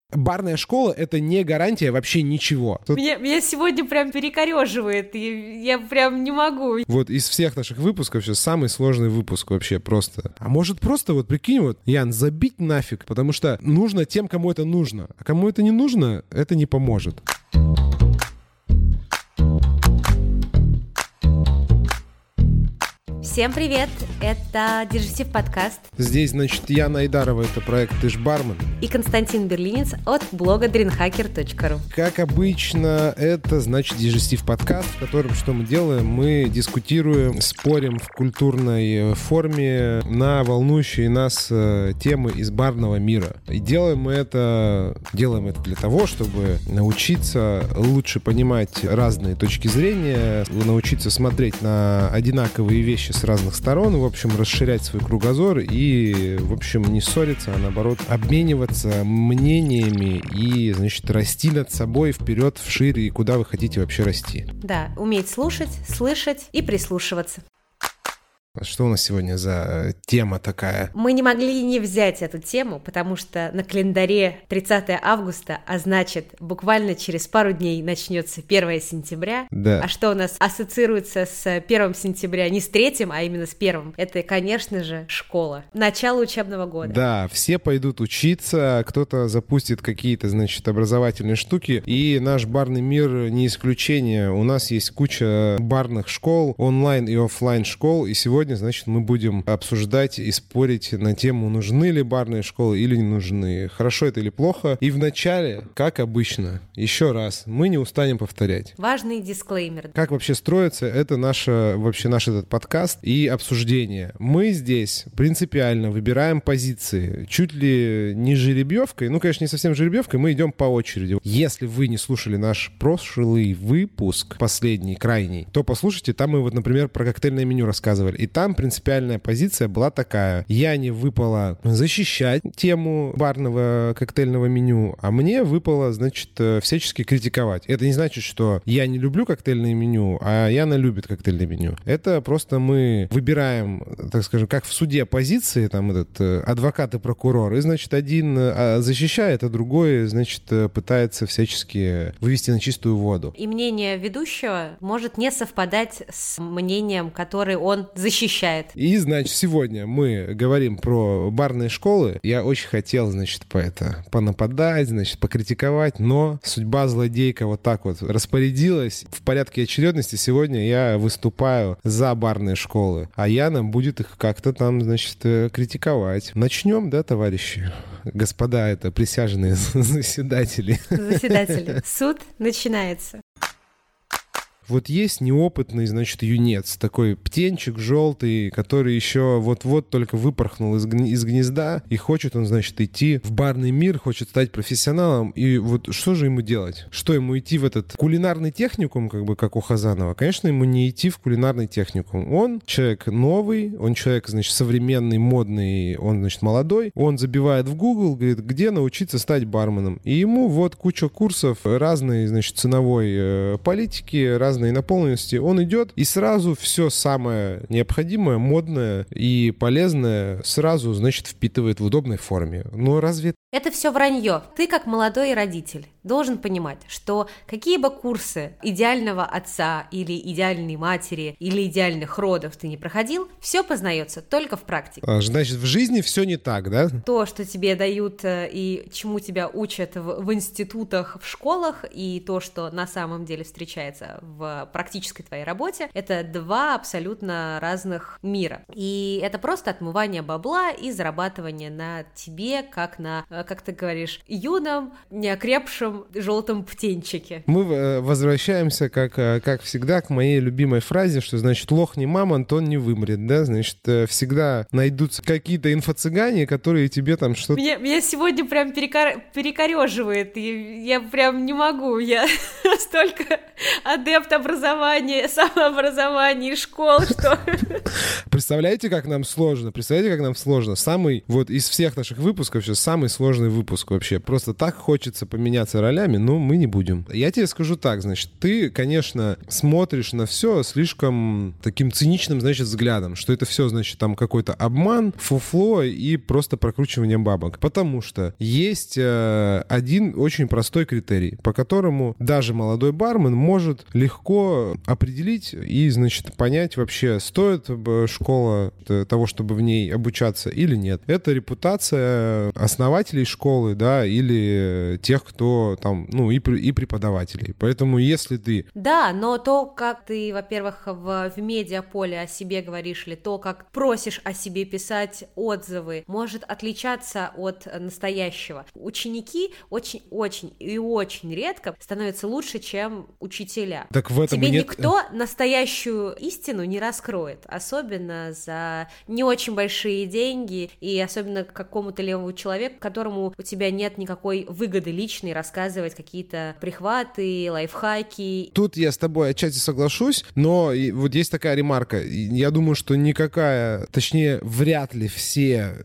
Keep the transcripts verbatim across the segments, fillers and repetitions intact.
Барная школа — это не гарантия вообще ничего. Тут... Меня, меня сегодня прям перекореживает, и я прям не могу. Вот из всех наших выпусков сейчас самый сложный выпуск вообще просто. А может просто, вот прикинь, вот, Ян, забить нафиг, потому что нужно тем, кому это нужно. А кому это не нужно, это не поможет. Всем привет! Это Дежестив подкаст. Здесь, значит, Яна Айдарова, это проект «Ты ж бармен». И Константин Берлинец от блога дринхакер точка ру. Как обычно, это, значит, Дежестив подкаст, в котором что мы делаем? Мы дискутируем, спорим в культурной форме на волнующие нас темы из барного мира. И делаем мы это, делаем это для того, чтобы научиться лучше понимать разные точки зрения, научиться смотреть на одинаковые вещи с разных сторон, в общем, расширять свой кругозор и, в общем, не ссориться, а наоборот, обмениваться мнениями и, значит, расти над собой вперед, вширь и куда вы хотите вообще расти. Да, уметь слушать, слышать и прислушиваться. Что у нас сегодня за тема такая? Мы не могли не взять эту тему, потому что на календаре тридцатое августа, а значит, буквально через пару дней начнется первое сентября. Да. А что у нас ассоциируется с первым сентября, не с третьим, а именно с первым? Это, конечно же, школа. Начало учебного года. Да, все пойдут учиться, кто-то запустит какие-то, значит, образовательные штуки, и наш барный мир не исключение. У нас есть куча барных школ, онлайн и офлайн школ, и сегодня Сегодня, значит, мы будем обсуждать и спорить на тему, нужны ли барные школы или не нужны, хорошо это или плохо. И вначале, как обычно, еще раз, мы не устанем повторять. Важный дисклеймер. Как вообще строится это наша, вообще наш этот подкаст и обсуждение. Мы здесь принципиально выбираем позиции, чуть ли не жеребьевкой, ну, конечно, не совсем жеребьевкой, мы идем по очереди. Если вы не слушали наш прошлый выпуск, последний, крайний, то послушайте, там мы вот, например, про коктейльное меню рассказывали. И там принципиальная позиция была такая. Яне выпало защищать тему барного коктейльного меню, а мне выпало, значит, всячески критиковать. Это не значит, что я не люблю коктейльное меню, а Яна любит коктейльное меню. Это просто мы выбираем, так скажем, как в суде позиции, там этот адвокат и прокурор, и, значит, один защищает, а другой, значит, пытается всячески вывести на чистую воду. И мнение ведущего может не совпадать с мнением, которое он защищает. Защищает. И, значит, сегодня мы говорим про барные школы. Я очень хотел, значит, по это, понападать, значит, покритиковать, но судьба злодейка вот так вот распорядилась. В порядке очередности сегодня я выступаю за барные школы, а Яна будет их как-то там, значит, критиковать. Начнем, да, товарищи? Господа, это присяжные заседатели. Заседатели. Суд начинается. Вот есть неопытный, значит, юнец, такой птенчик желтый, который еще вот-вот только выпорхнул из, гни- из гнезда, и хочет он, значит, идти в барный мир, хочет стать профессионалом, и вот что же ему делать? Что, ему идти в этот кулинарный техникум, как бы, как у Хазанова? Конечно, ему не идти в кулинарный техникум. Он человек новый, он человек, значит, современный, модный, он, значит, молодой, он забивает в Google, говорит, где научиться стать барменом. И ему вот куча курсов разной, значит, ценовой э, политики, разной наполненности, он идет и сразу все самое необходимое, модное и полезное сразу, значит, впитывает в удобной форме. Но разве... Это все вранье. Ты, как молодой родитель, должен понимать, что какие бы курсы идеального отца или идеальной матери или идеальных родов ты не проходил, все познается только в практике. А, значит, в жизни все не так, да? То, что тебе дают и чему тебя учат в, в институтах, в школах, и то, что на самом деле встречается в практической твоей работе, это два абсолютно разных мира. И это просто отмывание бабла и зарабатывание на тебе, как на, как ты говоришь, юном, неокрепшем желтом птенчике. Мы возвращаемся, как, как всегда, к моей любимой фразе, что, значит, лох не мамонт, он не вымрет, да? Значит, всегда найдутся какие-то инфо-цыгане, которые тебе там что-то... Меня, меня сегодня прям перекор... перекореживает, и я прям не могу, я столько адепт образования, самообразования и школ, что... Представляете, как нам сложно? Представляете, как нам сложно? Самый, вот из всех наших выпусков сейчас самый сложный выпуск вообще. Просто так хочется поменяться меняться ролями, но мы не будем. Я тебе скажу так, значит, ты, конечно, смотришь на все слишком таким циничным, значит, взглядом, что это все, значит, там какой-то обман, фуфло и просто прокручивание бабок. Потому что есть э, один очень простой критерий, по которому даже молодой бармен может легко определить и, значит, понять вообще, стоит школа того, чтобы в ней обучаться или нет. Это репутация основателей школы, да, или тех, кто там, ну, и, и преподавателей. Поэтому если ты... Да, но то, как ты, во-первых, в, в медиаполе о себе говоришь, или то, как просишь о себе писать отзывы, может отличаться от настоящего. Ученики очень-очень и очень редко становятся лучше, чем учителя. Так в этом Тебе нет... никто настоящую истину не раскроет, особенно за не очень большие деньги и особенно какому-то левому человеку, которому у тебя нет никакой выгоды личной рассказывать какие-то прихваты, лайфхаки. Тут я с тобой отчасти соглашусь, но вот есть такая ремарка. Я думаю, что никакая, точнее, вряд ли все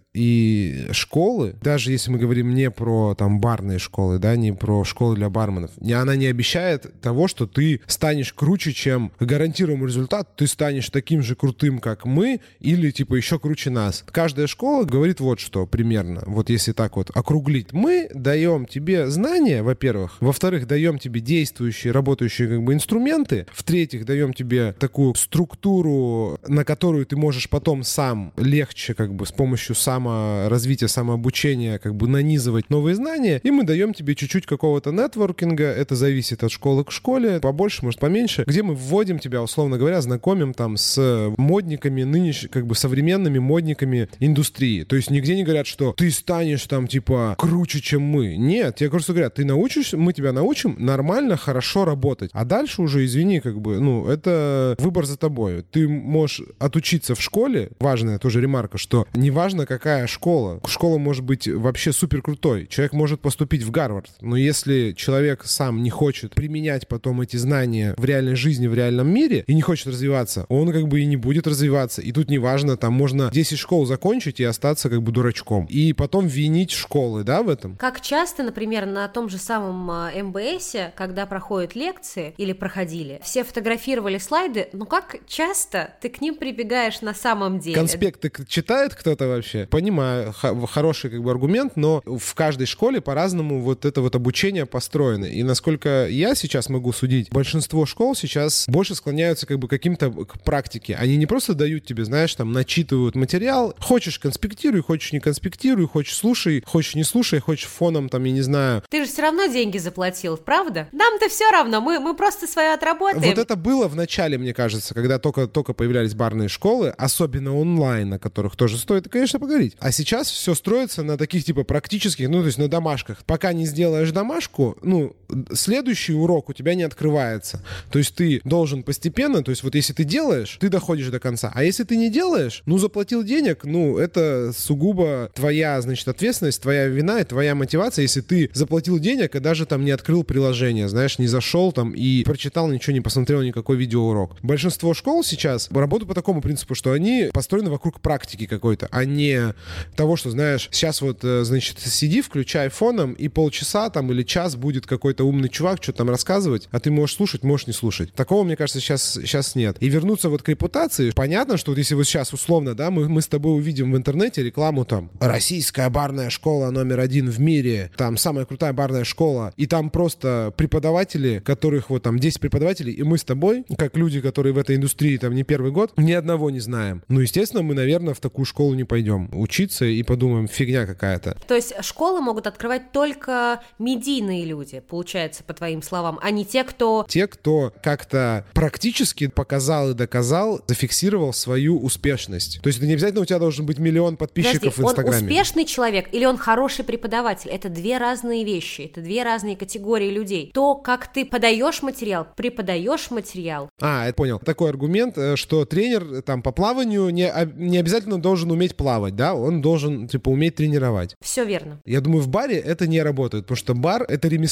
и школы, даже если мы говорим не про там барные школы, да, не про школы для барменов, она не обещает того, что ты станешь круче, чем гарантируемый результат, ты станешь таким же крутым, как мы, или типа еще круче нас. Каждая школа говорит вот что примерно, вот если так вот округлить. Мы даем тебе знания, во-первых, во-вторых, даем тебе действующие, работающие как бы инструменты, в-третьих, даем тебе такую структуру, на которую ты можешь потом сам легче как бы с помощью саморазвития, самообучения как бы нанизывать новые знания, и мы даем тебе чуть-чуть какого-то нетворкинга, это зависит от школы к школе, побольше, может, поменьше, где мы вводим тебя, условно говоря, знакомим там с модниками, нынешними, как бы современными модниками индустрии. То есть нигде не говорят, что ты станешь там типа круче, чем мы. Нет, тебе просто говорят, ты научишься, мы тебя научим нормально, хорошо работать. А дальше уже, извини, как бы, ну, это выбор за тобой. Ты можешь отучиться в школе, важная тоже ремарка, что неважно, какая школа. Школа может быть вообще супер крутой. Человек может поступить в Гарвард, но если человек сам не хочет применять потом эти знания в реальной жизни, в реальном мире, и не хочет развиваться, он как бы и не будет развиваться. И тут неважно, там можно десять школ закончить и остаться как бы дурачком. И потом винить школы, да, в этом? Как часто, например, на том же самом эм бэ эсе, когда проходят лекции или проходили, все фотографировали слайды, но как часто ты к ним прибегаешь на самом деле? Конспекты читает кто-то вообще? Понимаю, х- хороший как бы аргумент, но в каждой школе по-разному вот это вот обучение построено. И насколько я сейчас могу судить, большинство школ сейчас больше склоняются как бы к каким-то к практике. Они не просто дают тебе, знаешь, там, начитывают материал. Хочешь — конспектируй, хочешь — не конспектируй, хочешь — слушай, хочешь — не слушай, хочешь — фоном, там, я не знаю. Ты же все равно деньги заплатил, правда? Нам-то все равно, мы, мы просто свое отработаем. Вот это было в начале, мне кажется, когда только, только появлялись барные школы, особенно онлайн, о которых тоже стоит, конечно, поговорить. А сейчас все строится на таких типа практических, ну, то есть на домашках. Пока не сделаешь домашку, ну, следующий урок у тебя не открывается. То есть ты должен постепенно, то есть вот если ты делаешь, ты доходишь до конца. А если ты не делаешь, ну, заплатил денег, ну, это сугубо твоя, значит, ответственность, твоя вина и твоя мотивация, если ты заплатил денег и даже там не открыл приложение, знаешь, не зашел там и прочитал, ничего не посмотрел, никакой видеоурок. Большинство школ сейчас работают по такому принципу, что они построены вокруг практики какой-то, а не того, что, знаешь, сейчас вот, значит, сиди, включай фоном, и полчаса там или час будет какой-то умный чувак что-то там рассказывать, а ты можешь слушать, можешь не слушать. Такого, мне кажется, сейчас, сейчас нет. И вернуться вот к репутации, понятно, что вот если вот сейчас условно, да, мы, мы с тобой увидим в интернете рекламу там «Российская барная школа номер один в мире», там «Самая крутая барная школа», и там просто преподаватели, которых вот там десять преподавателей, и мы с тобой, как люди, которые в этой индустрии там не первый год, ни одного не знаем. Ну, естественно, мы, наверное, в такую школу не пойдем учиться и подумаем, фигня какая-то. То есть школы могут открывать только медийные люди, получается, по твоим словам, а не те, кто... Те, кто как-то практически показал и доказал, зафиксировал свою успешность. То есть это не обязательно у тебя должен быть миллион подписчиков. Подожди, в Инстаграме. Он успешный человек или он хороший преподаватель? Это две разные вещи, это две разные категории людей. То, как ты подаешь материал, преподаешь материал. А, я понял. Такой аргумент, что тренер там по плаванию не, не обязательно должен уметь плавать, да? Он должен, типа, уметь тренировать. Все верно. Я думаю, в баре это не работает, потому что бар — это ремесло,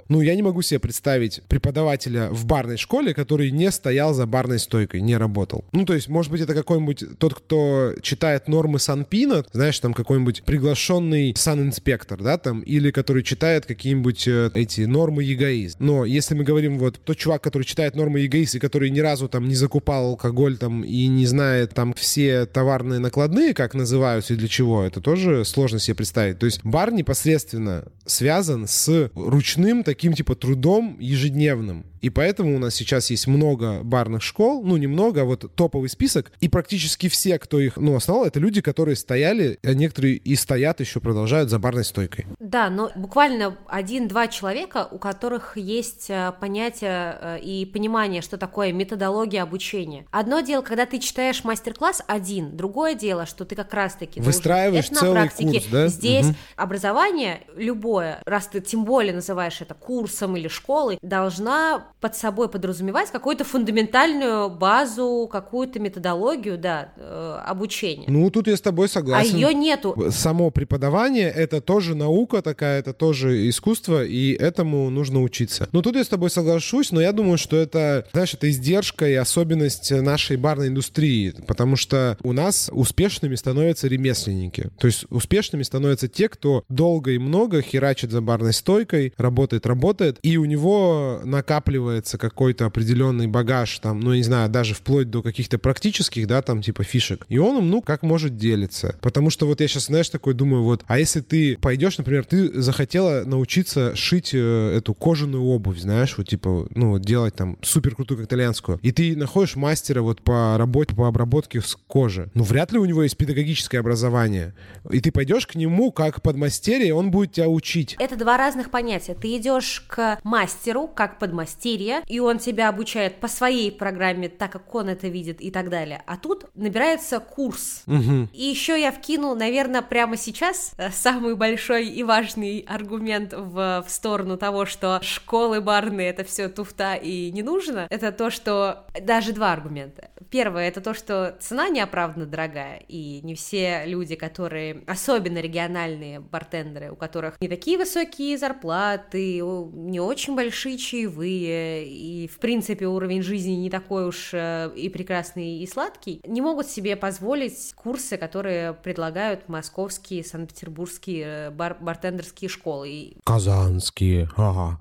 ну, я не могу себе представить преподавателя в барной школе, который не стоял за барной стойкой, не работал. Ну, то есть, может быть, это какой-нибудь тот, кто читает нормы Санпина, знаешь, там какой-нибудь приглашенный санинспектор, да, там, или который читает какие-нибудь э, эти нормы ЕГАИС. Но если мы говорим вот тот чувак, который читает нормы ЕГАИС и который ни разу там не закупал алкоголь там и не знает там все товарные накладные, как называются и для чего, это тоже сложно себе представить. То есть бар непосредственно связан с ручным таким типа трудом ежедневным. И поэтому у нас сейчас есть много барных школ, ну, немного, а вот топовый список, и практически все, кто их, ну, основал, это люди, которые стояли, а некоторые и стоят еще, продолжают за барной стойкой. Да, но буквально один-два человека, у которых есть понятие и понимание, что такое методология обучения. Одно дело, когда ты читаешь мастер-класс один, другое дело, что ты как раз-таки выстраиваешь целый практике. Курс, да? Здесь угу. Образование любое, раз ты тем более называешь это курсом или школой, должна под собой подразумевать какую-то фундаментальную базу, какую-то методологию, да, э, обучения. Ну, тут я с тобой согласен. А ее нету. Само преподавание — это тоже наука такая, это тоже искусство, и этому нужно учиться. Ну, тут я с тобой соглашусь, но я думаю, что это, знаешь, это издержка и особенность нашей барной индустрии, потому что у нас успешными становятся ремесленники. То есть успешными становятся те, кто долго и много херачит за барной стойкой, работает, работает, и у него накапливается какой-то определенный багаж, там, ну, я не знаю, даже вплоть до каких-то практических, да, там, типа фишек. И он им, ну, как может делиться. Потому что вот я сейчас, знаешь, такой думаю, вот, а если ты пойдешь, например, ты захотела научиться шить э, эту кожаную обувь, знаешь, вот, типа, ну, делать там супер крутую как итальянскую, и ты находишь мастера вот по работе, по обработке с кожи. Ну, вряд ли у него есть педагогическое образование. И ты пойдешь к нему как подмастерье, и он будет тебя учить. Это два разных понятия. Ты идешь к мастеру как подмастерье, и он тебя обучает по своей программе, так как он это видит и так далее. А тут набирается курс. Угу. И еще я вкину, наверное, прямо сейчас самый большой и важный аргумент в, в сторону того, что школы барные — это все туфта и не нужно. Это то, что... Даже два аргумента. Первое — это то, что цена неоправданно дорогая, и не все люди, которые... Особенно региональные бартендеры, у которых не такие высокие зарплаты, не очень большие чаевые, и, в принципе, уровень жизни не такой уж и прекрасный, и сладкий, не могут себе позволить курсы, которые предлагают московские, санкт-петербургские бар- бартендерские школы. Казанские, ага.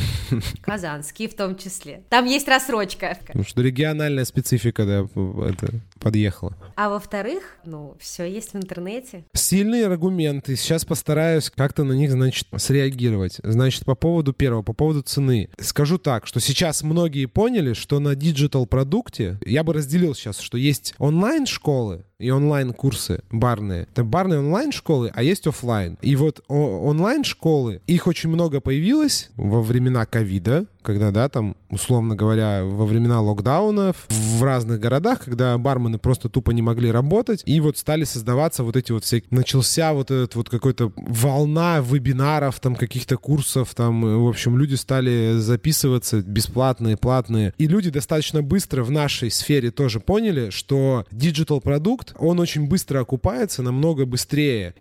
Казанские в том числе. Там есть рассрочка. Потому что региональная специфика, да, это подъехала. А во-вторых, ну, все есть в интернете. Сильные аргументы. Сейчас постараюсь как-то на них, значит, среагировать. Значит, по поводу первого, по поводу цены. Скажу так, что сейчас многие поняли, что на диджитал-продукте, я бы разделил сейчас, что есть онлайн-школы и онлайн-курсы барные. Это барные онлайн-школы, а есть офлайн. И вот онлайн-школы, их очень много появилось во времена ковида, когда, да, там, условно говоря, во времена локдаунов в разных городах, когда бармены просто тупо не могли работать, и вот стали создаваться вот эти вот все... Начался вот этот вот какой-то волна вебинаров, там, каких-то курсов, там, в общем, люди стали записываться бесплатные, платные. И люди достаточно быстро в нашей сфере тоже поняли, что диджитал-продукт, он очень быстро окупается, намного быстрее.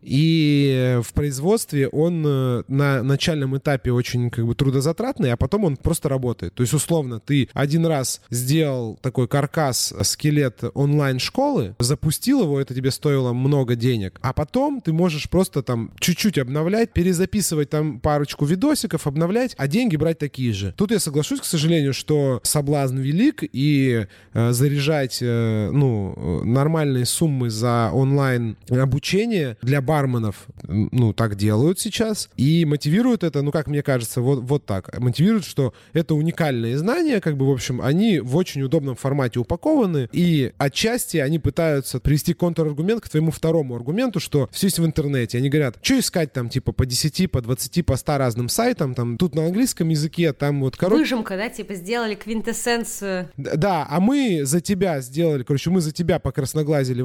И в производстве он на начальном этапе очень как бы трудозатратный, а потом он просто работает. То есть, условно, ты один раз сделал такой каркас, скелет онлайн-школы, запустил его, это тебе стоило много денег, а потом ты можешь просто там чуть-чуть обновлять, перезаписывать там парочку видосиков, обновлять, а деньги брать такие же. Тут я соглашусь, к сожалению, что соблазн велик, и э, заряжать э, ну, нормальные суммы за онлайн-обучение для барменов, ну, так делают сейчас, и мотивируют это, ну, как мне кажется, вот, вот так. Мотивируют, что это уникальные знания, как бы, в общем, они в очень удобном формате упакованы, и отчасти они пытаются привести контраргумент к твоему второму аргументу, что все есть в интернете. Они говорят, что искать там, типа, по десяти, по двадцати, по ста разным сайтам, там, тут на английском языке, там вот, короче... Выжимка, да, типа, сделали квинтэссенцию. Да, а мы за тебя сделали, короче, мы за тебя покрасноглазили в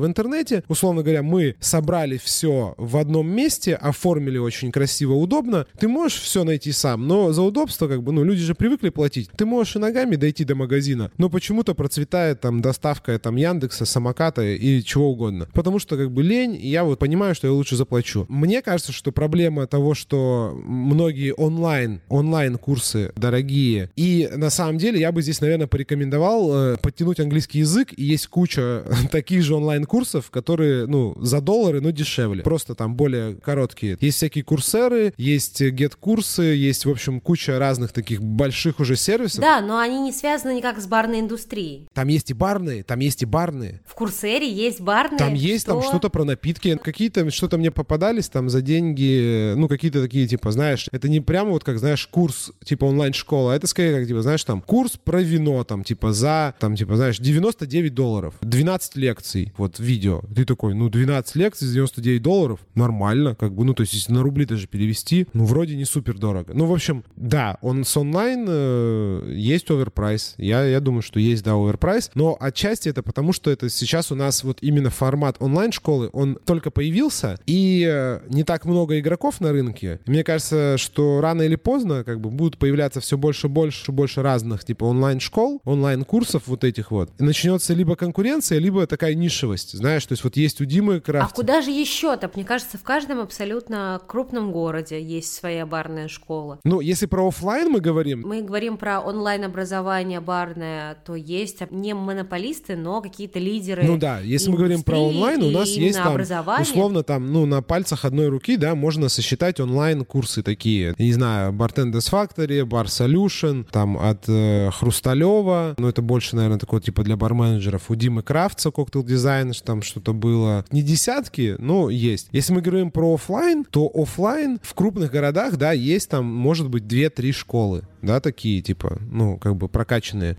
в интернете. Условно говоря, мы собрали все в одном месте, оформили очень красиво, удобно. Ты можешь все найти сам, но за удобство, как бы, ну, люди же привыкли платить. Ты можешь и ногами дойти до магазина, но почему-то процветает там доставка там Яндекса, самоката и чего угодно. Потому что, как бы, лень, и я вот понимаю, что я лучше заплачу. Мне кажется, что проблема того, что многие онлайн, онлайн-курсы дорогие, и на самом деле я бы здесь, наверное, порекомендовал э, подтянуть английский язык, и есть куча таких же онлайн-курсов, которые, ну, за доллары, но дешевле. Просто там более короткие. Есть всякие курсеры, есть гет-курсы, есть, в общем, куча разных таких больших уже сервисов. Да, но они не связаны никак с барной индустрией. Там есть и барные, там есть и барные. В Курсере есть барные. Там есть что? там что-то про напитки. Какие-то что-то мне попадались там за деньги, ну, какие-то такие, типа, знаешь, это не прямо вот как, знаешь, курс, типа, онлайн-школа, а это скорее как, типа, знаешь, там, курс про вино, там, типа, за, там, типа, знаешь, девяносто девять долларов, двенадцать лекций, вот, видео. Ты такой, ну, двенадцать лекций за девяносто девять долларов, нормально, как бы, ну, то есть, если на рубли даже перевести, ну, вроде не супер дорого. Ну, в общем, да, он с онлайн э, есть оверпрайс. Я, я думаю, что есть, да, оверпрайс, но отчасти это потому, что это сейчас у нас вот именно формат онлайн-школы, он только появился, и э, не так много игроков на рынке. Мне кажется, что рано или поздно, как бы, будут появляться все больше, больше, больше разных, типа, онлайн-школ, онлайн-курсов вот этих вот. И начнется либо конкуренция, либо такая нишевость, знаешь, то есть вот есть у Димы крафт. А куда же еще-то? Мне кажется, в каждом абсолютно крупном городе есть своя барная школа. Ну, если про офлайн мы говорим... Мы говорим про онлайн-образование барное, то есть не монополисты, но какие-то лидеры. Ну да, если мы говорим про онлайн, у нас есть там, условно, там, ну, на пальцах одной руки, да, можно сосчитать онлайн-курсы такие. Я не знаю, Bartenders Factory, Bar Solution, там, от э, Хрусталева, ну, это больше, наверное, такое, типа, для барменеджеров. У Димы Крафтса коктейл дизайн, там что-то было. Не десятки, но есть. Если мы говорим про офлайн, то офлайн в крупных городах, да, есть там, может быть, две-три школы, да, такие, типа, ну, как бы прокачанные.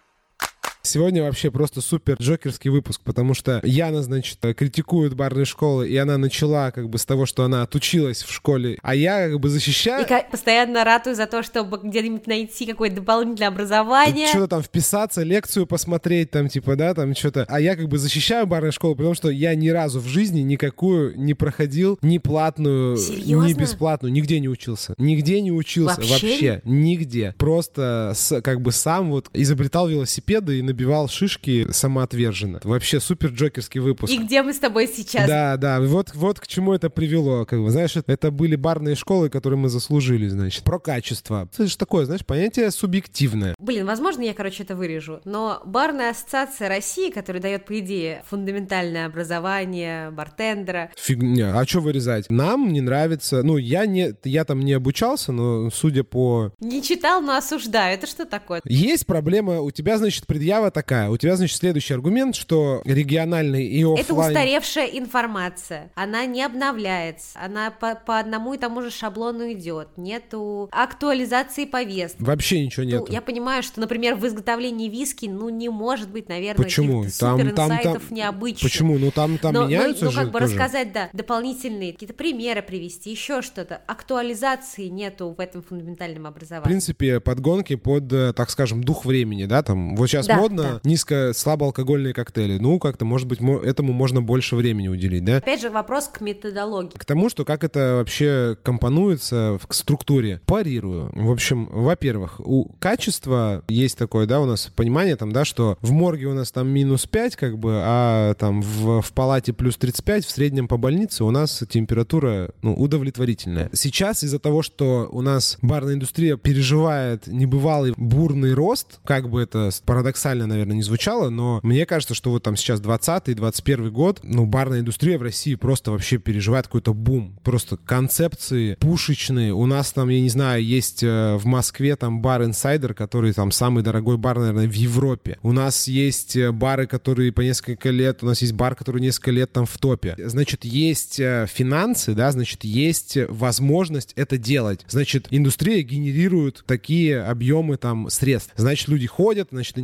Сегодня вообще просто супер джокерский выпуск, потому что Яна, значит, критикует барные школы, и она начала как бы с того, что она отучилась в школе, а я как бы защищаю... И постоянно ратую за то, чтобы где-нибудь найти какое-то дополнительное образование. Что-то там вписаться, лекцию посмотреть, там, типа, да, там что-то. А я как бы защищаю барную школу, потому что я ни разу в жизни никакую не проходил, ни платную, Серьезно? ни бесплатную, нигде не учился. Нигде не учился. Вообще? Вообще нигде. Просто с, как бы сам вот изобретал велосипеды и набивал шишки самоотверженно. Вообще супер джокерский выпуск. И где мы с тобой сейчас? Да, да, вот, вот к чему это привело. Как бы, знаешь, это были барные школы, которые мы заслужили, значит. Про качество. Это же такое, знаешь, понятие субъективное. Блин, возможно, я, короче, это вырежу, но барная ассоциация России, которая дает, по идее, фундаментальное образование бартендера. Фигня. А что вырезать? Нам не нравится. Ну, я не, я там не обучался, но судя по... Не читал, но осуждаю. Это что такое? Есть проблема. У тебя, значит, предъява такая. У тебя, значит, следующий аргумент, что региональный и офлайн... Это устаревшая информация. Она не обновляется. Она по, по одному и тому же шаблону идет. Нету актуализации повестки. Вообще ничего нету. Ну, я понимаю, что, например, в изготовлении виски, ну, не может быть, наверное, почему? каких-то Там, супер там, инсайтов там... необычных. Почему? Ну, там, там но, меняются но, же ну, как бы тоже. рассказать, да, дополнительные какие-то примеры привести, еще что-то. Актуализации нету в этом фундаментальном образовании. В принципе, подгонки под, так скажем, дух времени, да, там, вот сейчас да, модно да. низко, слабоалкогольные коктейли. Ну, как-то, может быть, этому можно больше времени уделить, да? Опять же, вопрос к методологии. К тому, что как это вообще компонуется к структуре. Парирую. В общем, во-первых, у качества есть такое, да, у нас понимание там, да, что в морге у нас там минус пять, как бы, а там в, в палате плюс тридцать пять, в среднем по больнице у нас температура, ну, удовлетворительная. Сейчас из-за того, что у нас барная индустрия переживает небывалый бурный рост, как бы это парадоксально, наверное, не звучало, но мне кажется, что вот там сейчас двадцатый двадцать первый год, ну, барная индустрия в России просто вообще переживает какой-то бум. Просто концепции пушечные. У нас там, я не знаю, есть э, в Москве там бар Insider, который там самый дорогой бар, наверное, в Европе. У нас есть э, бары, которые по несколько лет, у нас есть бар, который несколько лет там в топе. Значит, есть э, финансы, да, значит, есть возможность это делать. Значит, индустрия генерирует такие объемы там средств. Значит, люди ходят, значит, интересуются,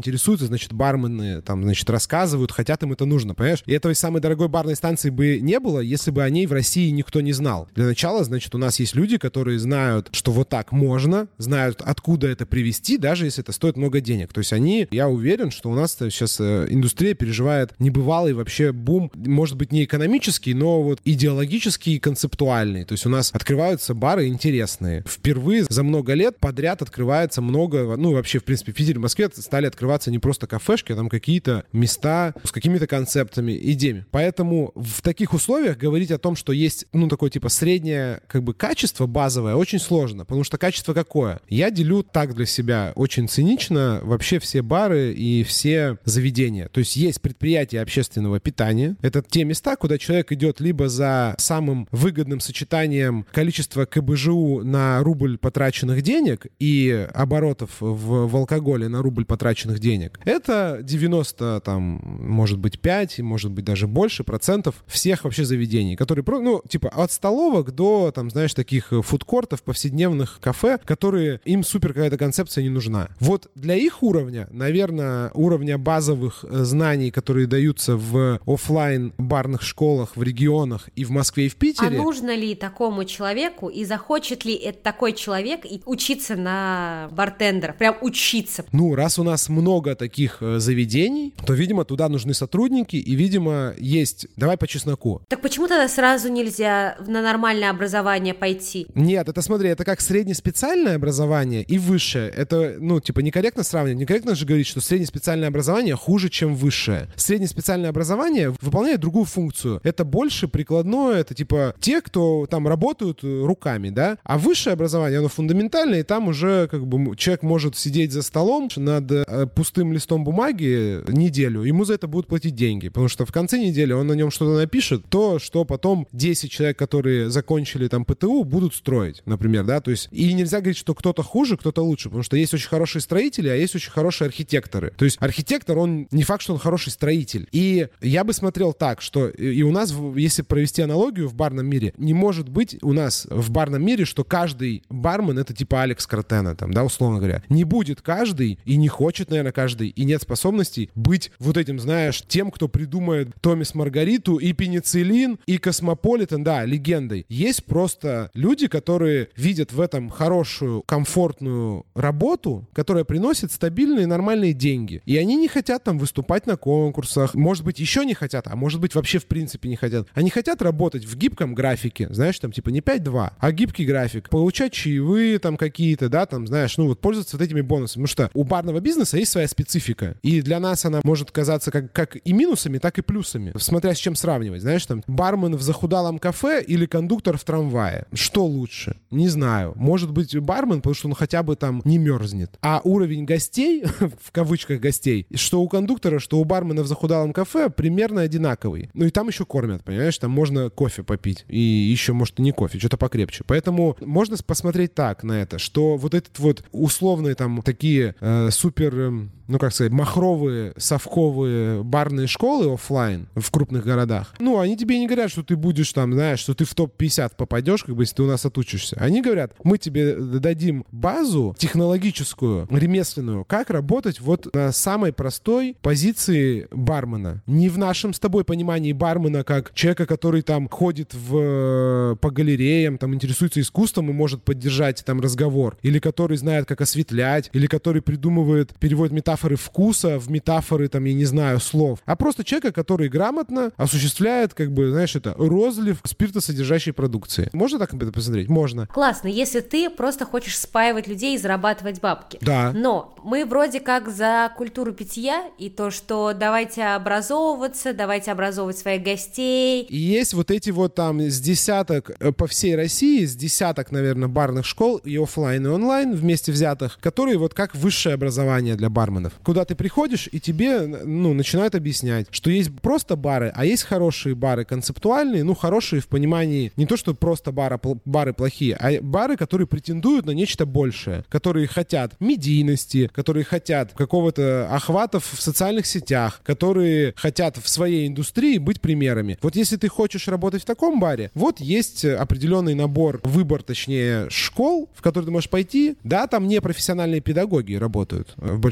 значит, бармены там, значит, рассказывают, хотят им это нужно, понимаешь? И этой самой дорогой барной станции бы не было, если бы о ней в России никто не знал. Для начала, значит, у нас есть люди, которые знают, что вот так можно, знают, откуда это привезти, даже если это стоит много денег. То есть они, я уверен, что у нас сейчас индустрия переживает небывалый вообще бум, может быть, не экономический, но вот идеологический и концептуальный. То есть у нас открываются бары интересные. Впервые за много лет подряд открывается много, ну, вообще, в принципе, в Питере, в Москве стали открываться не просто кафешки, а там какие-то места с какими-то концептами, идеями. Поэтому в таких условиях говорить о том, что есть, ну, такое типа среднее, как бы, качество базовое, очень сложно. Потому что качество какое? Я делю так для себя очень цинично вообще все бары и все заведения. То есть есть предприятия общественного питания. Это те места, куда человек идет либо за самым выгодным сочетанием количества ка бэ жэ у на рубль потраченных денег и оборотов в, в алкоголе на рубль потраченных денег. Это девяносто, там, может быть, пять, может быть, даже больше процентов всех вообще заведений, которые, ну, типа, от столовок до, там, знаешь, таких фудкортов, повседневных кафе, которые им супер какая-то концепция не нужна. Вот для их уровня, наверное, уровня базовых знаний, которые даются в офлайн барных школах в регионах и в Москве, и в Питере. А нужно ли такому человеку и захочет ли это такой человек и учиться на бартендеров? Прям учиться? Ну, раз у нас много таких э, заведений, то, видимо, туда нужны сотрудники, и, видимо, есть... Давай по чесноку. Так почему тогда сразу нельзя на нормальное образование пойти? Нет, это, смотри, это как среднеспециальное образование и высшее. Это, ну, типа, некорректно сравнивать. Некорректно же говорить, что среднеспециальное образование хуже, чем высшее. Среднеспециальное образование выполняет другую функцию. Это больше прикладное, это, типа, те, кто там работают руками, да? А высшее образование, оно фундаментальное, и там уже, как бы, человек может сидеть за столом над э, пустым листом бумаги неделю. Ему за это будут платить деньги, потому что в конце недели он на нем что-то напишет, то, что потом десять человек, которые закончили там пэ тэ у, будут строить, например, да? То есть, и нельзя говорить, что кто-то хуже, кто-то лучше, потому что есть очень хорошие строители, а есть очень хорошие архитекторы. То есть архитектор, он не факт, что он хороший строитель. И я бы смотрел так, что и у нас, если провести аналогию в барном мире, не может быть у нас в барном мире, что каждый бармен — это типа Алекс Кротена, там, да, условно говоря. Не будет каждый, и не хочет, наверное, каждый, и нет способностей быть вот этим, знаешь, тем, кто придумает Томис Маргариту и пенициллин, и Космополитен, да, легендой. Есть просто люди, которые видят в этом хорошую, комфортную работу, которая приносит стабильные, нормальные деньги. И они не хотят там выступать на конкурсах, может быть, еще не хотят, а может быть, вообще в принципе не хотят. Они хотят работать в гибком графике, знаешь, там типа не пять-два, а гибкий график, получать чаевые там какие-то, да, там, знаешь, ну вот пользоваться вот этими бонусами. Потому что у барного бизнеса есть своя специфика. И для нас она может казаться как, как и минусами, так и плюсами, смотря с чем сравнивать. Знаешь, там, бармен в захудалом кафе или кондуктор в трамвае. Что лучше? Не знаю. Может быть, бармен, потому что он хотя бы там не мерзнет. А уровень гостей, в кавычках гостей, что у кондуктора, что у бармена в захудалом кафе примерно одинаковый. Ну и там еще кормят, понимаешь? Там можно кофе попить. И еще, может, и не кофе, что-то покрепче. Поэтому можно посмотреть так на это, что вот этот вот условные там такие э, супер, э, ну как сказать, махровые, совковые барные школы офлайн в крупных городах, ну, они тебе не говорят, что ты будешь там, знаешь, что ты в топ пятьдесят попадешь, как бы, если ты у нас отучишься. Они говорят, мы тебе дадим базу технологическую, ремесленную, как работать вот на самой простой позиции бармена. Не в нашем с тобой понимании бармена как человека, который там ходит в, по галереям, там интересуется искусством и может поддержать там разговор, или который знает, как осветлять, или который придумывает, переводит метафоры вкуса в метафоры, там, я не знаю, слов, а просто человека, который грамотно осуществляет, как бы, знаешь, это розлив спиртосодержащей продукции. Можно так это посмотреть? Можно. Классно, если ты просто хочешь спаивать людей и зарабатывать бабки. Да. Но мы вроде как за культуру питья и то, что давайте образовываться, давайте образовывать своих гостей. И есть вот эти вот там с десяток по всей России, с десяток, наверное, барных школ и офлайн, и онлайн вместе взятых, которые вот как высшее образование для барменов. Куда ты приходишь, и тебе, ну, начинают объяснять, что есть просто бары, а есть хорошие бары, концептуальные, ну, хорошие в понимании не то, что просто бары, бары плохие, а бары, которые претендуют на нечто большее, которые хотят медийности, которые хотят какого-то охвата в социальных сетях, которые хотят в своей индустрии быть примерами. Вот если ты хочешь работать в таком баре, вот есть определенный набор, выбор, точнее, школ, в которые ты можешь пойти. Да, там не профессиональные педагоги работают в большинстве своем,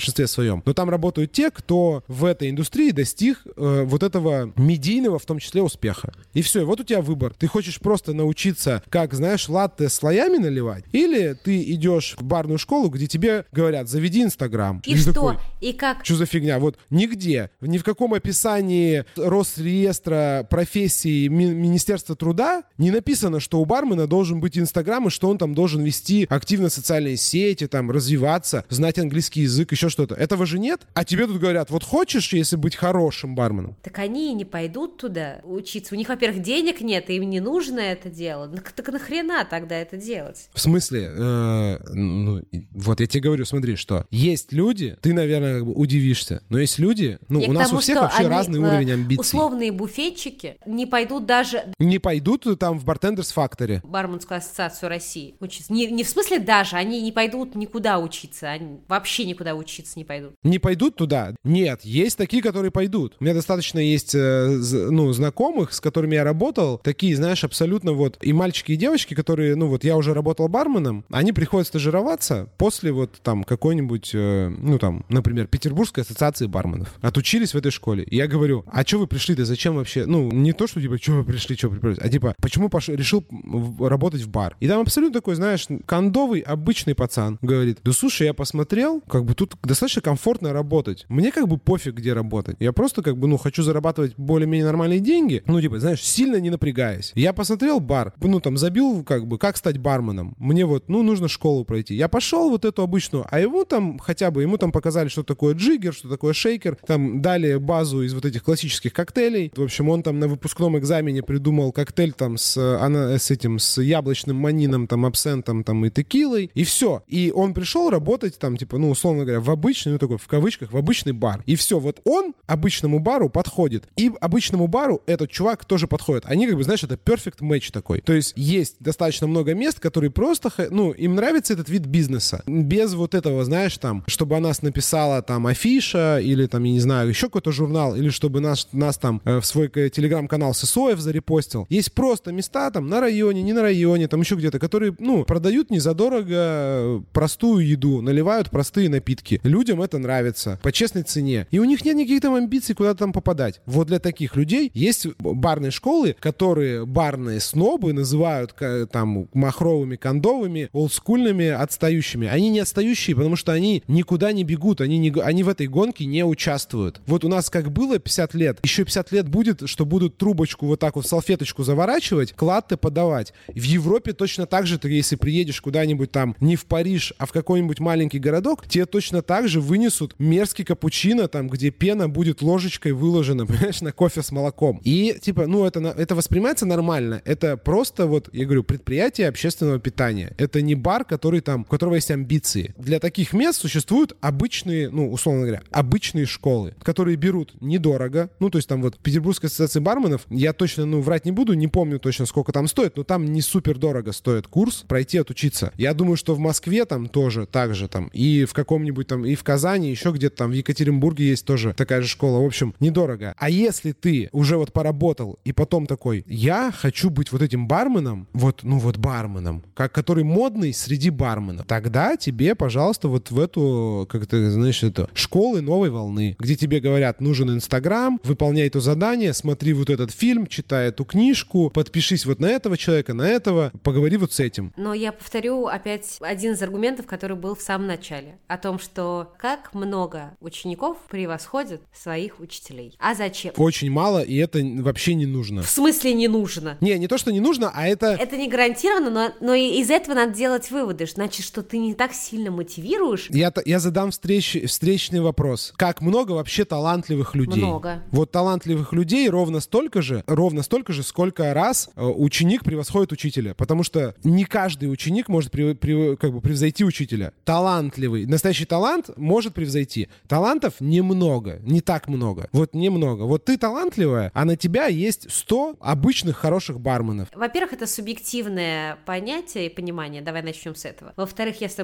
своем. Но там работают те, кто в этой индустрии достиг э, вот этого медийного, в том числе, успеха. И все, и вот у тебя выбор. Ты хочешь просто научиться, как, знаешь, латте слоями наливать, или ты идешь в барную школу, где тебе говорят, заведи Инстаграм. И, и что? Такой, и как? Что за фигня? Вот нигде, ни в каком описании Росреестра профессии ми- Министерства труда не написано, что у бармена должен быть Инстаграм, и что он там должен вести активно социальные сети, там, развиваться, знать английский язык, еще что-то. Этого же нет. А тебе тут говорят, вот хочешь, если быть хорошим барменом? Так они и не пойдут туда учиться. У них, во-первых, денег нет, и им не нужно это делать. Так нахрена тогда это делать? В смысле? Э, ну, вот я тебе говорю, смотри, что есть люди, ты, наверное, как бы удивишься, но есть люди, ну, я у нас тому, у всех вообще они, разный уровень амбиций. Условные буфетчики не пойдут даже... Не пойдут там в Bartenders Factory. Барменскую ассоциацию России учиться. Не, не в смысле даже, они не пойдут никуда учиться, они вообще никуда учиться не пойдут. Не пойдут туда? Нет, есть такие, которые пойдут. У меня достаточно есть, ну, знакомых, с которыми я работал, такие, знаешь, абсолютно вот и мальчики, и девочки, которые, ну, вот я уже работал барменом, они приходят стажироваться после вот там какой-нибудь, ну, там, например, Петербургской ассоциации барменов. Отучились в этой школе. И я говорю, а что вы пришли-то, зачем вообще? Ну, не то, что типа, что вы пришли, что вы пришли, а типа, почему пош... решил работать в бар? И там абсолютно такой, знаешь, кондовый, обычный пацан говорит, да слушай, я посмотрел, как бы тут достаточно комфортно работать. Мне как бы пофиг, где работать. Я просто как бы, ну, хочу зарабатывать более-менее нормальные деньги, ну, типа, знаешь, сильно не напрягаясь. Я посмотрел бар, ну, там, забил, как бы, как стать барменом. Мне вот, ну, нужно школу пройти. Я пошел вот эту обычную, а ему там, хотя бы, ему там показали, что такое джиггер, что такое шейкер, там дали базу из вот этих классических коктейлей. В общем, он там на выпускном экзамене придумал коктейль там с, она, с этим, с яблочным манином, там, абсентом, там, и текилой, и все. И он пришел работать там, типа, ну, условно говоря, в обычный, ну, такой, в кавычках, в обычный бар. И все, вот он обычному бару подходит. И обычному бару этот чувак тоже подходит. Они, как бы, знаешь, это perfect match такой. То есть есть достаточно много мест, которые просто, ну, им нравится этот вид бизнеса. Без вот этого, знаешь, там, чтобы о нас написала там Афиша или там, я не знаю, еще какой-то журнал, или чтобы нас, нас там э, в свой телеграм-канал Сысоев зарепостил. Есть просто места там на районе, не на районе, там еще где-то, которые, ну, продают незадорого простую еду, наливают простые напитки. Людям это нравится по честной цене. И у них нет никаких там амбиций куда-то там попадать. Вот для таких людей есть барные школы, которые барные снобы называют там махровыми, кондовыми, олдскульными, отстающими. Они не отстающие, потому что они никуда не бегут, они, не, они в этой гонке не участвуют. Вот у нас как было пятьдесят лет, еще пятьдесят лет будет, что будут трубочку вот так вот в салфеточку заворачивать, к латте подавать. В Европе точно так же, ты если приедешь куда-нибудь там, не в Париж, а в какой-нибудь маленький городок, тебе точно так же вынесут мерзкий капучино, там, где пена будет ложечкой выложена, понимаешь, на кофе с молоком. И, типа, ну, это, это воспринимается нормально. Это просто вот, я говорю, предприятие общественного питания. Это не бар, который там, у которого есть амбиции. Для таких мест существуют обычные, ну, условно говоря, обычные школы, которые берут недорого. Ну, то есть там вот в Петербургской ассоциации барменов, я точно, ну, врать не буду, не помню точно, сколько там стоит, но там не супер дорого стоит курс пройти, отучиться. Я думаю, что в Москве там тоже так же там, и в каком-нибудь там, и в Казани, еще где-то там, в Екатеринбурге есть тоже такая же школа. В общем, недорого. А если ты уже вот поработал и потом такой, я хочу быть вот этим барменом, вот, ну вот барменом, как, который модный среди барменов, тогда тебе, пожалуйста, вот в эту, как ты знаешь, это школы новой волны, где тебе говорят, нужен Инстаграм, выполняй это задание, смотри вот этот фильм, читай эту книжку, подпишись вот на этого человека, на этого, поговори вот с этим. Но я повторю опять один из аргументов, который был в самом начале, о том, что как много учеников превосходят своих учителей. А зачем? Очень мало, и это вообще не нужно. В смысле не нужно? Не, не то, что не нужно, а это... Это не гарантированно, но, но из этого надо делать выводы. Значит, что ты не так сильно мотивируешь. Я, я задам встреч, встречный вопрос. Как много вообще талантливых людей? Много. Вот талантливых людей ровно столько же, ровно столько же, сколько раз ученик превосходит учителя. Потому что не каждый ученик может при, при, как бы превзойти учителя. Талантливый, настоящий талант может превзойти. Талантов немного, не так много. Вот немного. Вот ты талантливая, а на тебя есть сто обычных хороших барменов. Во-первых, это субъективное понятие и понимание. Давай начнем с этого. Во-вторых, я с тобой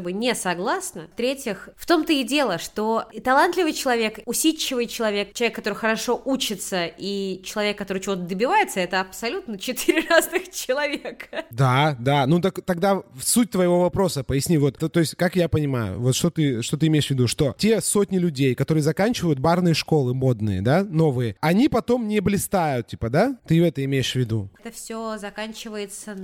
бы не согласна. В-третьих, в том-то и дело, что талантливый человек, усидчивый человек, человек, который хорошо учится, и человек, который чего-то добивается, это абсолютно четыре разных человека. Да, да. Ну так, тогда суть твоего вопроса поясни. Вот, то, то есть, как я понимаю, вот что ты, что ты имеешь в виду, что те сотни людей, которые заканчивают барные школы модные, да, новые, они потом не блистают, типа, да? Ты это имеешь в виду? Это все заканчивается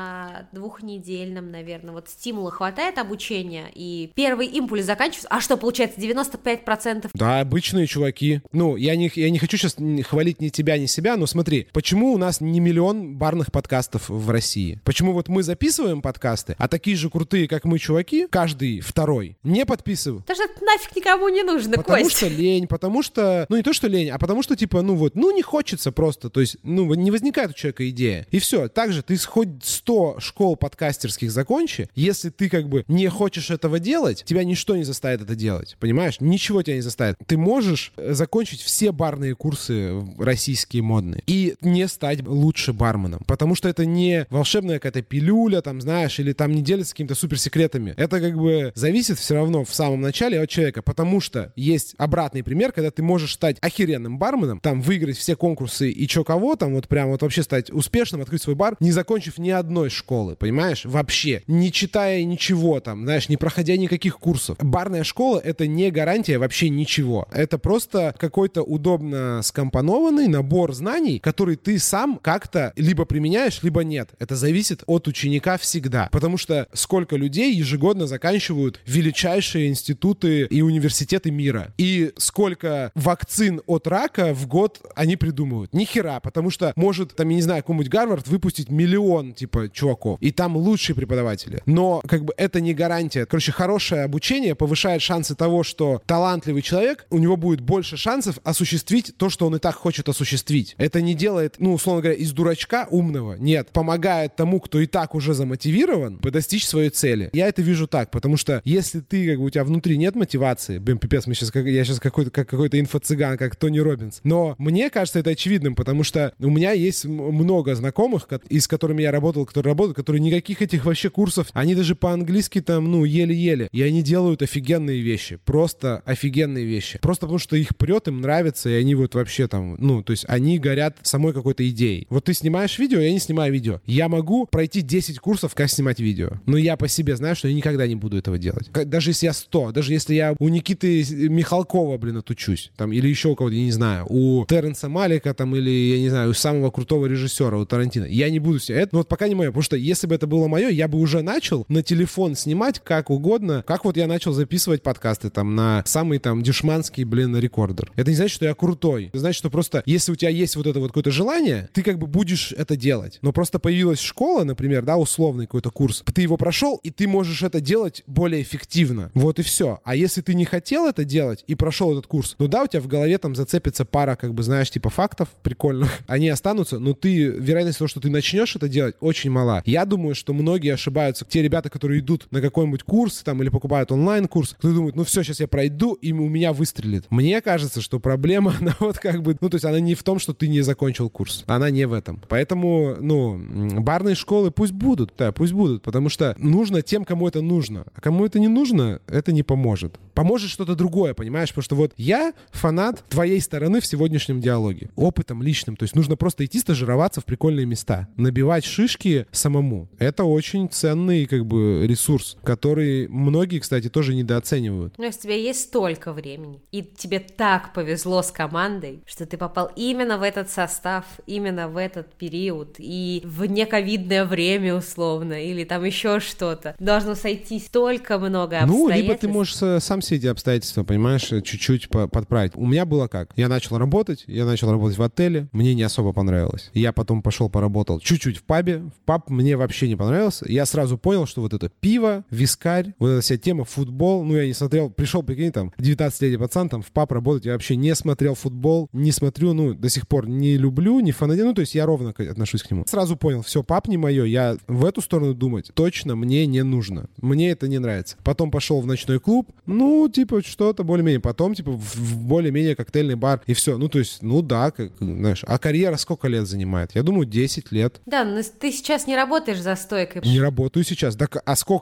на двухнедельном, наверное. Вот стимула хватает обучения, и первый импульс заканчивается. А что, получается, девяносто пять процентов? Да, обычные чуваки. Ну, я не, я не хочу сейчас хвалить ни тебя, ни себя, но смотри, почему у нас не миллион барных подкастов в России? Почему вот мы записываем подкасты, а такие же крутые, как мы, чуваки, каждый второй, не подписывают? Потому что это нафиг никому не нужно, Кость. Потому что лень, потому что... Ну, не то, что лень, а потому что, типа, ну вот, ну, не хочется просто. То есть, ну, не возникает у человека идея. И все. Также ты хоть сто школ подкастерских закончи, если ты, как бы, не хочешь этого делать, тебя ничто не заставит это делать. Понимаешь? Ничего тебя не заставит. Ты можешь закончить все барные курсы российские модные и не стать лучше барменом. Потому что это не волшебная какая-то пилюля, там, знаешь, или там не делится какими-то суперсекретами. Это, как бы, зависит все равно в самом начале от человека. Потому что есть обратный пример, когда ты можешь стать охеренным барменом, там, выиграть все конкурсы и чё кого, там, вот прям вот вообще стать успешным, открыть свой бар, не закончив ни одной школы, понимаешь? Вообще. Не читая ничего там, знаешь, не проходя никаких курсов. Барная школа — это не гарантия вообще ничего. Это просто какой-то удобно скомпонованный набор знаний, который ты сам как-то либо применяешь, либо нет. Это зависит от ученика всегда. Потому что сколько людей ежегодно заканчивают величайшие институты и университеты мира. И сколько вакцин от рака в год они придумывают. Ни хера, потому что может, там, я не знаю, какой-нибудь Гарвард выпустить миллион, типа, чуваков. И там лучшие преподаватели. Но, как бы, это не гарантия. Короче, хорошее обучение повышает шансы того, что талантливый человек, у него будет больше шансов осуществить то, что он и так хочет осуществить. Это не делает, ну, условно говоря, из дурачка умного. Нет. Помогает тому, кто и так уже замотивирован, достичь своей цели. Я это вижу так, потому что если ты, как бы, у тебя внутри нет мотивации, блин, пипец, мы сейчас, как, я сейчас какой-то, как какой-то инфо-цыган, как Тони Роббинс. Но мне кажется это очевидным, потому что у меня есть много знакомых, и с которыми я работал, которые работают, которые никаких этих вообще курсов, они даже по-английски там, ну, еле-еле. И они делают офигенные вещи. Просто офигенные вещи. Просто потому что их прет, им нравится, и они вот вообще там, ну, то есть они горят самой какой-то идеей. Вот ты снимаешь видео, я не снимаю видео. Я могу пройти десять курсов, как снимать видео. Но я по себе знаю, что я никогда не буду этого делать. Даже если я сто, даже если я у Никиты Михалкова, блин, отучусь, там, или еще у кого-то, я не знаю, у Терренса Малика, там, или, я не знаю, у самого крутого режиссера, у Тарантино. Я не буду снять это, но вот пока не мое, потому что если бы это было мое, я бы уже начал на телефон снимать как угодно, как вот я начал записывать подкасты там на самый там дешманский, блин, рекордер. Это не значит, что я крутой. Это значит, что просто, если у тебя есть вот это вот какое-то желание, ты как бы будешь это делать. Но просто появилась школа, например, да, условный какой-то курс, ты его прошел, и ты можешь это делать более эффективно. Вот и все. А если ты не хотел это делать и прошел этот курс, ну да, у тебя в голове там зацепится пара, как бы, знаешь, типа фактов прикольных, они останутся, но ты, вероятность того, что ты начнешь это делать, очень мала. Я думаю, что многие ошибаются. Те ребята, которые идут на какой-нибудь курс там или покупают онлайн-курс, которые думают, ну все, сейчас я пройду, и у меня выстрелит. Мне кажется, что проблема, она вот как бы, ну то есть она не в том, что ты не закончил курс. Она не в этом. Поэтому, ну, барные школы пусть будут, да, пусть будут, потому что нужно тем, кому это нужно. А кому это не нужно, это не поможет. Поможет что-то другое, понимаешь? Потому что вот я фанат твоей стороны в сегодняшнем диалоге. Опытом личным. То есть нужно просто идти стажироваться в прикольные места. Набивать шишки самому. Это очень ценный, как бы, ресурс, который многие, кстати, тоже недооценивают. Но если у тебя есть столько времени, и тебе так повезло с командой, что ты попал именно в этот состав, именно в этот период, и в нековидное время, условно, или там еще что-то, должно сойти столько много обстоятельств. Ну, либо ты можешь сам все эти обстоятельства, понимаешь, чуть-чуть подправить. У меня было как? Я начал работать, я начал работать в отеле, мне не особо понравилось. Я потом пошел поработал чуть-чуть в пабе, в паб мне вообще не понравился. Я сразу понял, что вот это пиво, вискарь, вот эта вся тема, футбол, ну, я не смотрел, пришел, прикинь, там, девятнадцатилетний пацан, там, в паб работать, я вообще не смотрел футбол, не смотрю, ну, до сих пор не люблю, не фанатею, ну, то есть я ровно отношусь к нему. Сразу понял, все, паб не мое, я в эту сторону думать точно мне не нужно. Мне это не нравится. Потом пошел в ночной клуб, ну, типа, что-то более-менее. Потом, типа, в более-менее коктейльный бар, и все. Ну, то есть, ну, да, как, знаешь, а карьера сколько лет занимает? Я думаю, десять лет. Да, но ты сейчас не работаешь за стойкой. Не работаю сейчас. Так, а сколько, сколько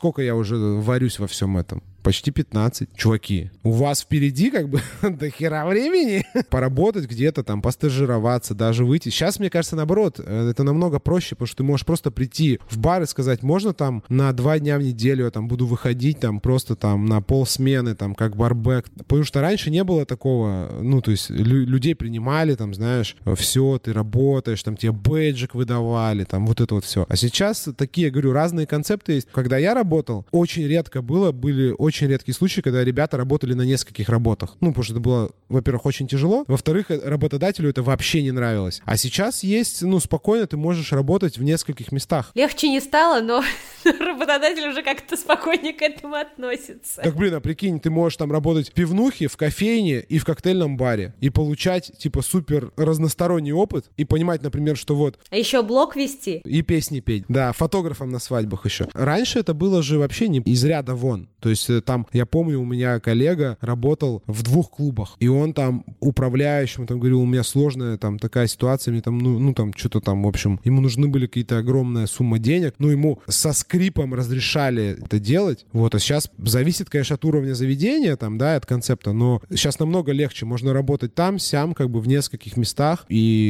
сколько я уже варюсь во всем этом? Почти пятнадцать. Чуваки, у вас впереди как бы до хера времени поработать где-то там, постажироваться, даже выйти. Сейчас, мне кажется, наоборот, это намного проще, потому что ты можешь просто прийти в бар и сказать, можно там на два дня в неделю я там буду выходить там просто там на полсмены там как барбек. Потому что раньше не было такого, ну, то есть лю- людей принимали там, знаешь, все, ты работаешь, там тебе бейджик выдавали, там вот это вот все. А сейчас такие, говорю, разные концепты есть. Когда я работал, очень редко было, были очень редкие случаи, когда ребята работали на нескольких работах. Ну, потому что это было, во-первых, очень тяжело, во-вторых, работодателю это вообще не нравилось. А сейчас есть, ну, спокойно ты можешь работать в нескольких местах. Легче не стало, но работодатель уже как-то спокойнее к этому относится. Так, блин, а прикинь, ты можешь там работать в пивнухе, в кофейне и в коктейльном баре и получать, типа, супер разносторонний опыт и понимать, например, что вот... А еще блог вести. И песни петь. Да, фотографом на свадьбах еще. Раньше это было же вообще не из ряда вон. То есть там, я помню, у меня коллега работал в двух клубах, и он там управляющим, там говорил, у меня сложная там такая ситуация, мне там, ну, ну там что-то там, в общем, ему нужны были какие-то огромная сумма денег, ну, ему со скрипом разрешали это делать, вот, а сейчас зависит, конечно, от уровня заведения, там, да, от концепта, но сейчас намного легче, можно работать там, сям, как бы в нескольких местах,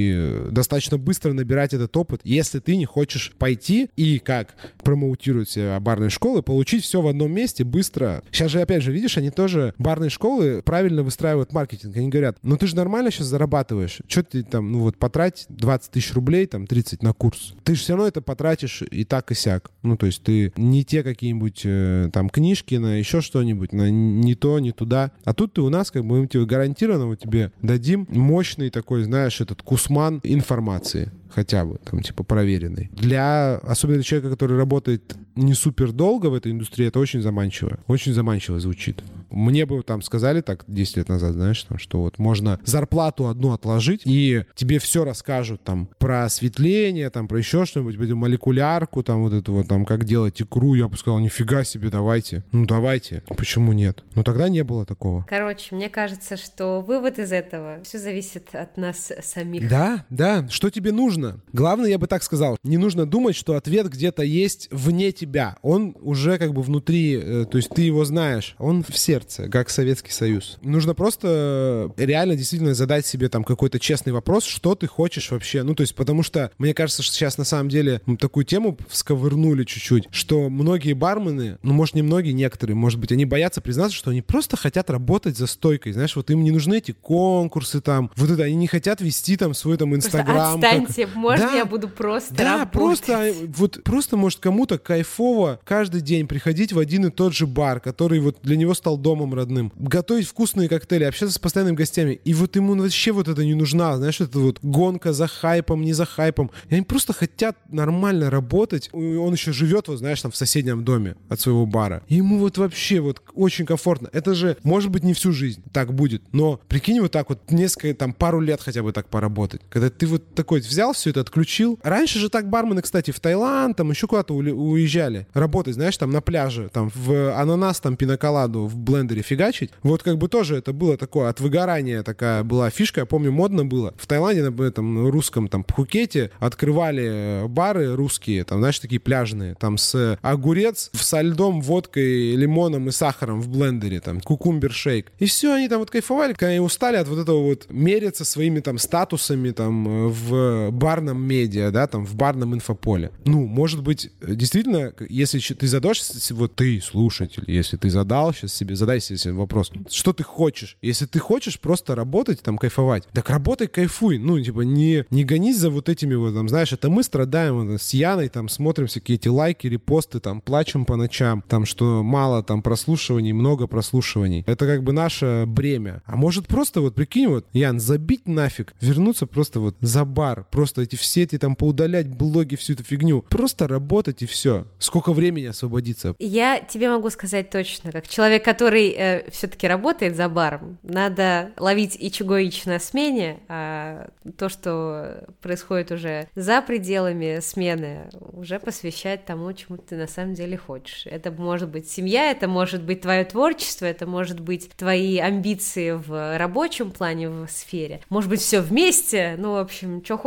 и достаточно быстро набирать этот опыт, если ты не хочешь пойти и, как промоутируют себя барные школы, получить все в одном месте быстро. Сейчас же, опять же, видишь, они тоже, барные школы, правильно выстраивают маркетинг. Они говорят, ну ты же нормально сейчас зарабатываешь. Что ты там, ну вот потрать двадцать тысяч рублей, там тридцать на курс. Ты же все равно это потратишь и так, и сяк. Ну то есть ты не те какие-нибудь э, там книжки на еще что-нибудь, на не то, не туда. А тут ты у нас, как бы, мы тебе гарантированно вот тебе дадим мощный такой, знаешь, этот кусман информации. Хотя бы, там, типа, проверенный. Для, особенно для человека, который работает не супер долго в этой индустрии, это очень заманчиво. Очень заманчиво звучит. Мне бы там сказали так десять лет назад, знаешь, там, что вот можно зарплату одну отложить, и тебе все расскажут там про осветление, там, про еще что-нибудь, молекулярку, там, вот это вот, там, как делать икру. Я бы сказал, нифига себе, давайте. Ну, давайте. Почему нет? Но тогда не было такого. Короче, мне кажется, что вывод из этого, все зависит от нас самих. Да, да. Что тебе нужно? Главное, я бы так сказал, не нужно думать, что ответ где-то есть вне тебя. Он уже как бы внутри, э, то есть ты его знаешь. Он в сердце, как Советский Союз. Нужно просто реально действительно задать себе там какой-то честный вопрос, что ты хочешь вообще. Ну, то есть, потому что, мне кажется, что сейчас на самом деле мы такую тему всковырнули чуть-чуть, что многие бармены, ну, может, не многие, некоторые, может быть, они боятся признаться, что они просто хотят работать за стойкой. Знаешь, вот им не нужны эти конкурсы там, вот это, они не хотят вести там свой там Инстаграм. Отстаньте, как... можно да, я буду просто да, работать? просто, вот просто, может, кому-то кайфово каждый день приходить в один и тот же бар, который вот для него стал домом родным, готовить вкусные коктейли, общаться с постоянными гостями, и вот ему вообще вот это не нужна, знаешь, это вот гонка за хайпом, не за хайпом. И они просто хотят нормально работать. Он еще живет, вот знаешь, там в соседнем доме от своего бара. И ему вот вообще вот очень комфортно. Это же, может быть, не всю жизнь так будет, но прикинь, вот так вот несколько, там, пару лет хотя бы так поработать. Когда ты вот такой взял все это, отключил. Раньше же так бармены, кстати, в Таиланд, там еще куда-то уезжали работать, знаешь, там на пляже, там в ананас, там пиноколаду в блендере фигачить. Вот как бы тоже это было такое, от выгорания такая была фишка, я помню, модно было. В Таиланде, на этом русском там Пхукете открывали бары русские, там, знаешь, такие пляжные, там с огурец со льдом, водкой, лимоном и сахаром в блендере, там, кукумбер шейк. И все, они там вот кайфовали, когда они устали от вот этого вот мериться своими там статусами там в барном медиа, да, там в барном инфополе. Ну, может быть, действительно, если ты задашь, вот ты, слушатель, если ты задал сейчас себе, задай себе вопрос, что ты хочешь? Если ты хочешь просто работать, там, кайфовать, так работай, кайфуй. Ну, типа, не, не гонись за вот этими вот, там, знаешь, это мы страдаем вот, с Яной, там, смотрим всякие эти лайки, репосты, там, плачем по ночам, там, что мало там прослушиваний, много прослушиваний. Это как бы наше бремя. А может просто вот, прикинь, вот, Ян, забить нафиг, вернуться просто вот за бар, просто эти все эти там поудалять блоги, всю эту фигню, просто работать и все. Сколько времени освободиться? Я тебе могу сказать точно, как человек, который э, все-таки работает за баром, надо ловить ичиго-ич на смене, а то, что происходит уже за пределами смены, уже посвящать тому, чему ты на самом деле хочешь. Это может быть семья, это может быть твое творчество, это может быть твои амбиции в рабочем плане, в сфере, может быть все вместе, ну, в общем, что хочешь, что и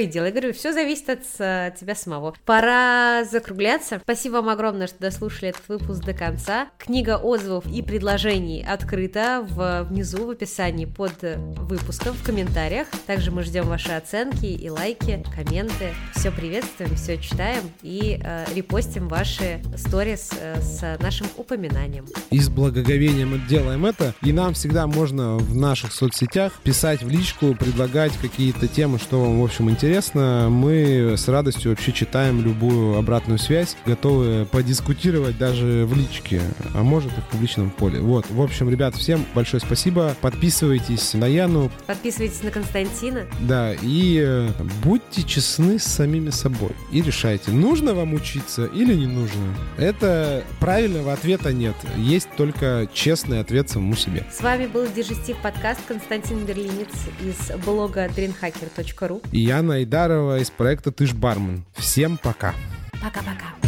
и дело. Я говорю, все зависит от а, тебя самого. Пора закругляться. Спасибо вам огромное, что дослушали этот выпуск до конца. Книга отзывов и предложений открыта в, внизу в описании под выпуском, в комментариях. Также мы ждем ваши оценки и лайки, комменты. Все приветствуем, все читаем и э, репостим ваши сторис э, с нашим упоминанием. И с благоговением мы делаем это. И нам всегда можно в наших соцсетях писать в личку, предлагать какие-то темы, что вам, в общем, интересно. Мы с радостью вообще читаем любую обратную связь, готовы подискутировать даже в личке, а может и в публичном поле. Вот, в общем, ребят, всем большое спасибо. Подписывайтесь на Яну. Подписывайтесь на Константина. Да, и э, будьте честны с самими собой. И решайте, нужно вам учиться или не нужно. Это правильного ответа нет. Есть только честный ответ самому себе. С вами был Дежестив подкаст Константин Берлинец из блога дринхакер точка ру и Яна Айдарова из проекта «Ты ж бармен». Всем пока. Пока-пока.